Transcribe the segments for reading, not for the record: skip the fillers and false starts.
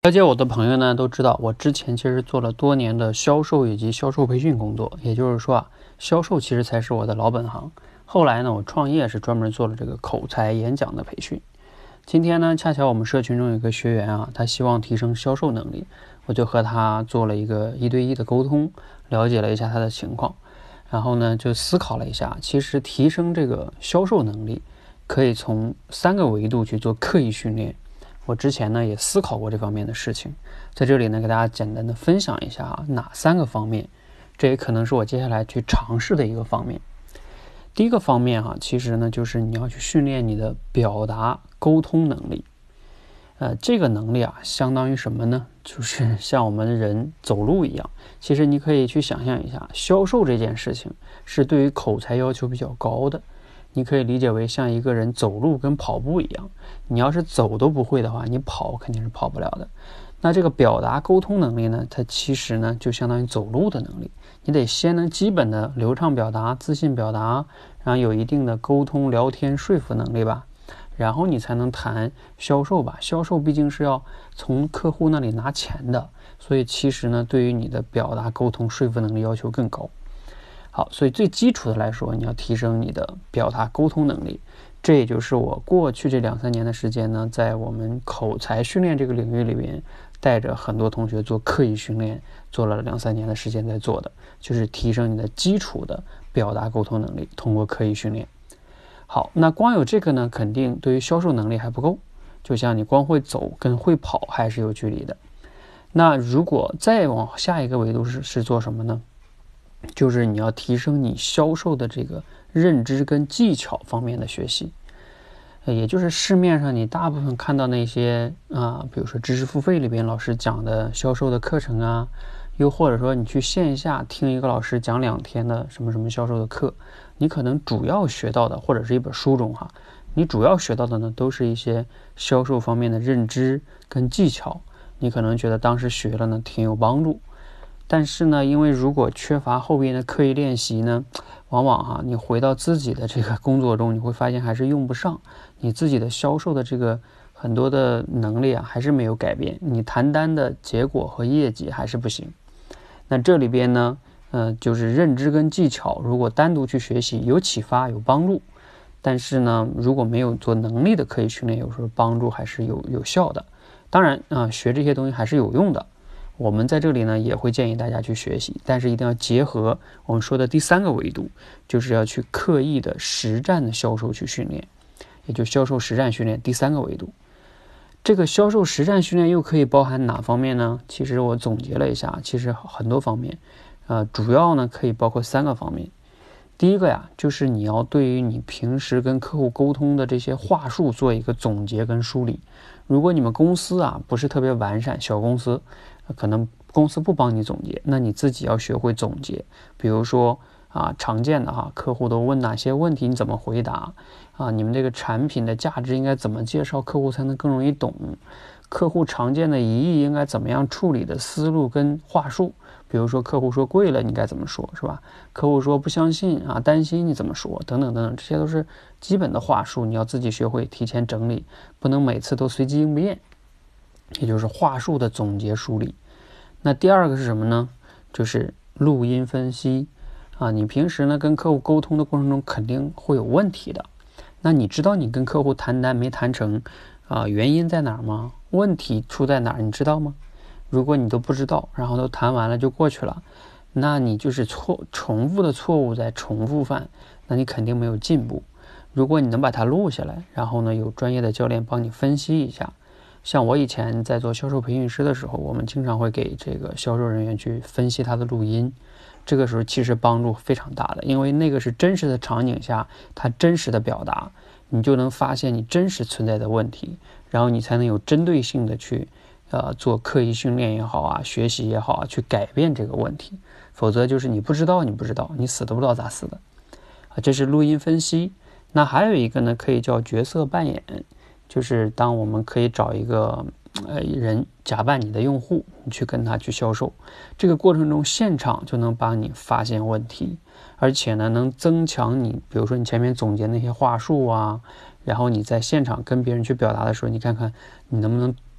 了解我的朋友呢都知道，我之前其实做了多年的销售以及销售培训工作，也就是说销售其实才是我的老本行。后来呢，我创业是专门做了这个口才演讲的培训。今天呢，恰巧我们社群中有一个学员他希望提升销售能力，我就和他做了一个1对1的沟通，了解了一下他的情况，然后呢就思考了一下，其实提升这个销售能力可以从3个维度去做刻意训练。我之前呢也思考过这方面的事情，在这里呢给大家简单的分享一下哪3个方面，这也可能是我接下来去尝试的一个方面。第一个方面其实呢就是你要去训练你的表达沟通能力。这个能力相当于什么呢？就是像我们人走路一样，其实你可以去想象一下，销售这件事情是对于口才要求比较高的。你可以理解为像一个人走路跟跑步一样，你要是走都不会的话，你跑肯定是跑不了的。那这个表达沟通能力呢，它其实呢就相当于走路的能力。你得先能基本的流畅表达、自信表达，然后有一定的沟通、聊天、说服能力吧，然后你才能谈销售吧。销售毕竟是要从客户那里拿钱的，所以其实呢，对于你的表达、沟通、说服能力要求更高。好，所以最基础的来说，你要提升你的表达沟通能力。这也就是我过去这2-3年的时间呢，在我们口才训练这个领域里边，带着很多同学做刻意训练，做了2-3年的时间在做的，就是提升你的基础的表达沟通能力，通过刻意训练。好，那光有这个呢，肯定对于销售能力还不够，就像你光会走跟会跑还是有距离的。那如果再往下一个维度是做什么呢？就是你要提升你销售的这个认知跟技巧方面的学习，也就是市面上你大部分看到那些比如说知识付费里边老师讲的销售的课程又或者说你去线下听一个老师讲2天的什么什么销售的课，你可能主要学到的，或者是一本书中你主要学到的呢，都是一些销售方面的认知跟技巧，你可能觉得当时学了呢挺有帮助。但是呢，因为如果缺乏后边的刻意练习呢，往往你回到自己的这个工作中，你会发现还是用不上，你自己的销售的这个很多的能力还是没有改变，你谈单的结果和业绩还是不行。那这里边呢，就是认知跟技巧，如果单独去学习有启发有帮助，但是呢，如果没有做能力的刻意训练，有时候帮助还是有效的。当然学这些东西还是有用的。我们在这里呢也会建议大家去学习，但是一定要结合我们说的第3个维度，就是要去刻意的实战的销售去训练，也就销售实战训练第3个维度。这个销售实战训练又可以包含哪方面呢？其实我总结了一下，其实很多方面，主要呢可以包括3个方面。第一个就是你要对于你平时跟客户沟通的这些话术做一个总结跟梳理。如果你们公司不是特别完善，小公司可能公司不帮你总结，那你自己要学会总结。比如说常见的客户都问哪些问题，你怎么回答你们这个产品的价值应该怎么介绍，客户才能更容易懂，客户常见的疑义应该怎么样处理的思路跟话术。比如说客户说贵了你该怎么说，是吧？客户说不相信担心你怎么说，等等等等，这些都是基本的话术，你要自己学会提前整理，不能每次都随机应变，也就是话术的总结梳理。那第2个是什么呢？就是录音分析你平时呢跟客户沟通的过程中肯定会有问题的，那你知道你跟客户谈单没谈成原因在哪儿吗？问题出在哪儿你知道吗？如果你都不知道，然后都谈完了就过去了，那你就是重复的错误在重复犯，那你肯定没有进步。如果你能把它录下来，然后呢有专业的教练帮你分析一下，像我以前在做销售培训师的时候，我们经常会给这个销售人员去分析他的录音，这个时候其实帮助非常大的，因为那个是真实的场景下他真实的表达，你就能发现你真实存在的问题，然后你才能有针对性的去做刻意训练也好学习也好去改变这个问题。否则就是你不知道，你死都不知道咋死的这是录音分析。那还有一个呢，可以叫角色扮演，就是当我们可以找一个人假扮你的用户，你去跟他去销售，这个过程中现场就能帮你发现问题，而且呢能增强你，比如说你前面总结那些话术然后你在现场跟别人去表达的时候，你看看你能不能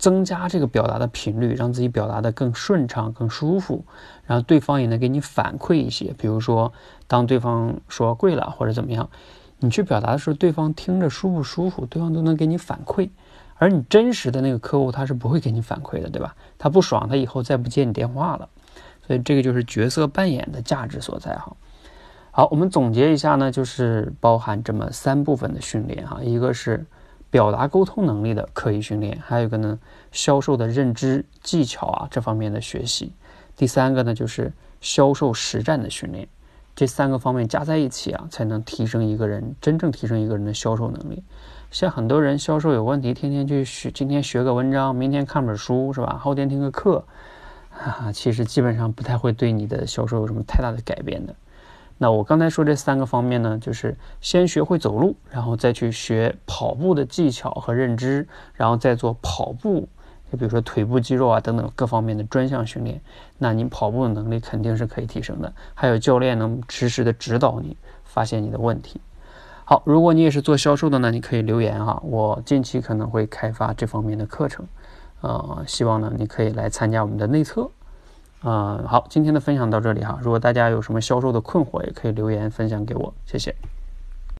增加这个表达的频率，让自己表达的更顺畅、更舒服，然后对方也能给你反馈一些。比如说，当对方说贵了或者怎么样，你去表达的时候，对方听着舒不舒服，对方都能给你反馈。而你真实的那个客户，他是不会给你反馈的，对吧？他不爽，他以后再不接你电话了。所以这个就是角色扮演的价值所在哈。好，我们总结一下呢，就是包含这么3部分的训练哈，一个是表达沟通能力的刻意训练，还有一个呢销售的认知技巧啊这方面的学习，第3个呢就是销售实战的训练。这3个方面加在一起啊，才能真正提升一个人的销售能力。像很多人销售有问题，天天去学，今天学个文章，明天看本书，是吧？后天听个课其实基本上不太会对你的销售有什么太大的改变的。那我刚才说这3个方面呢，就是先学会走路，然后再去学跑步的技巧和认知，然后再做跑步，就比如说腿部肌肉啊等等各方面的专项训练，那你跑步的能力肯定是可以提升的。还有教练能实时的指导你，发现你的问题。好，如果你也是做销售的呢，你可以留言哈，我近期可能会开发这方面的课程，希望呢你可以来参加我们的内测。好，今天的分享到这里哈，如果大家有什么销售的困惑，也可以留言分享给我，谢谢。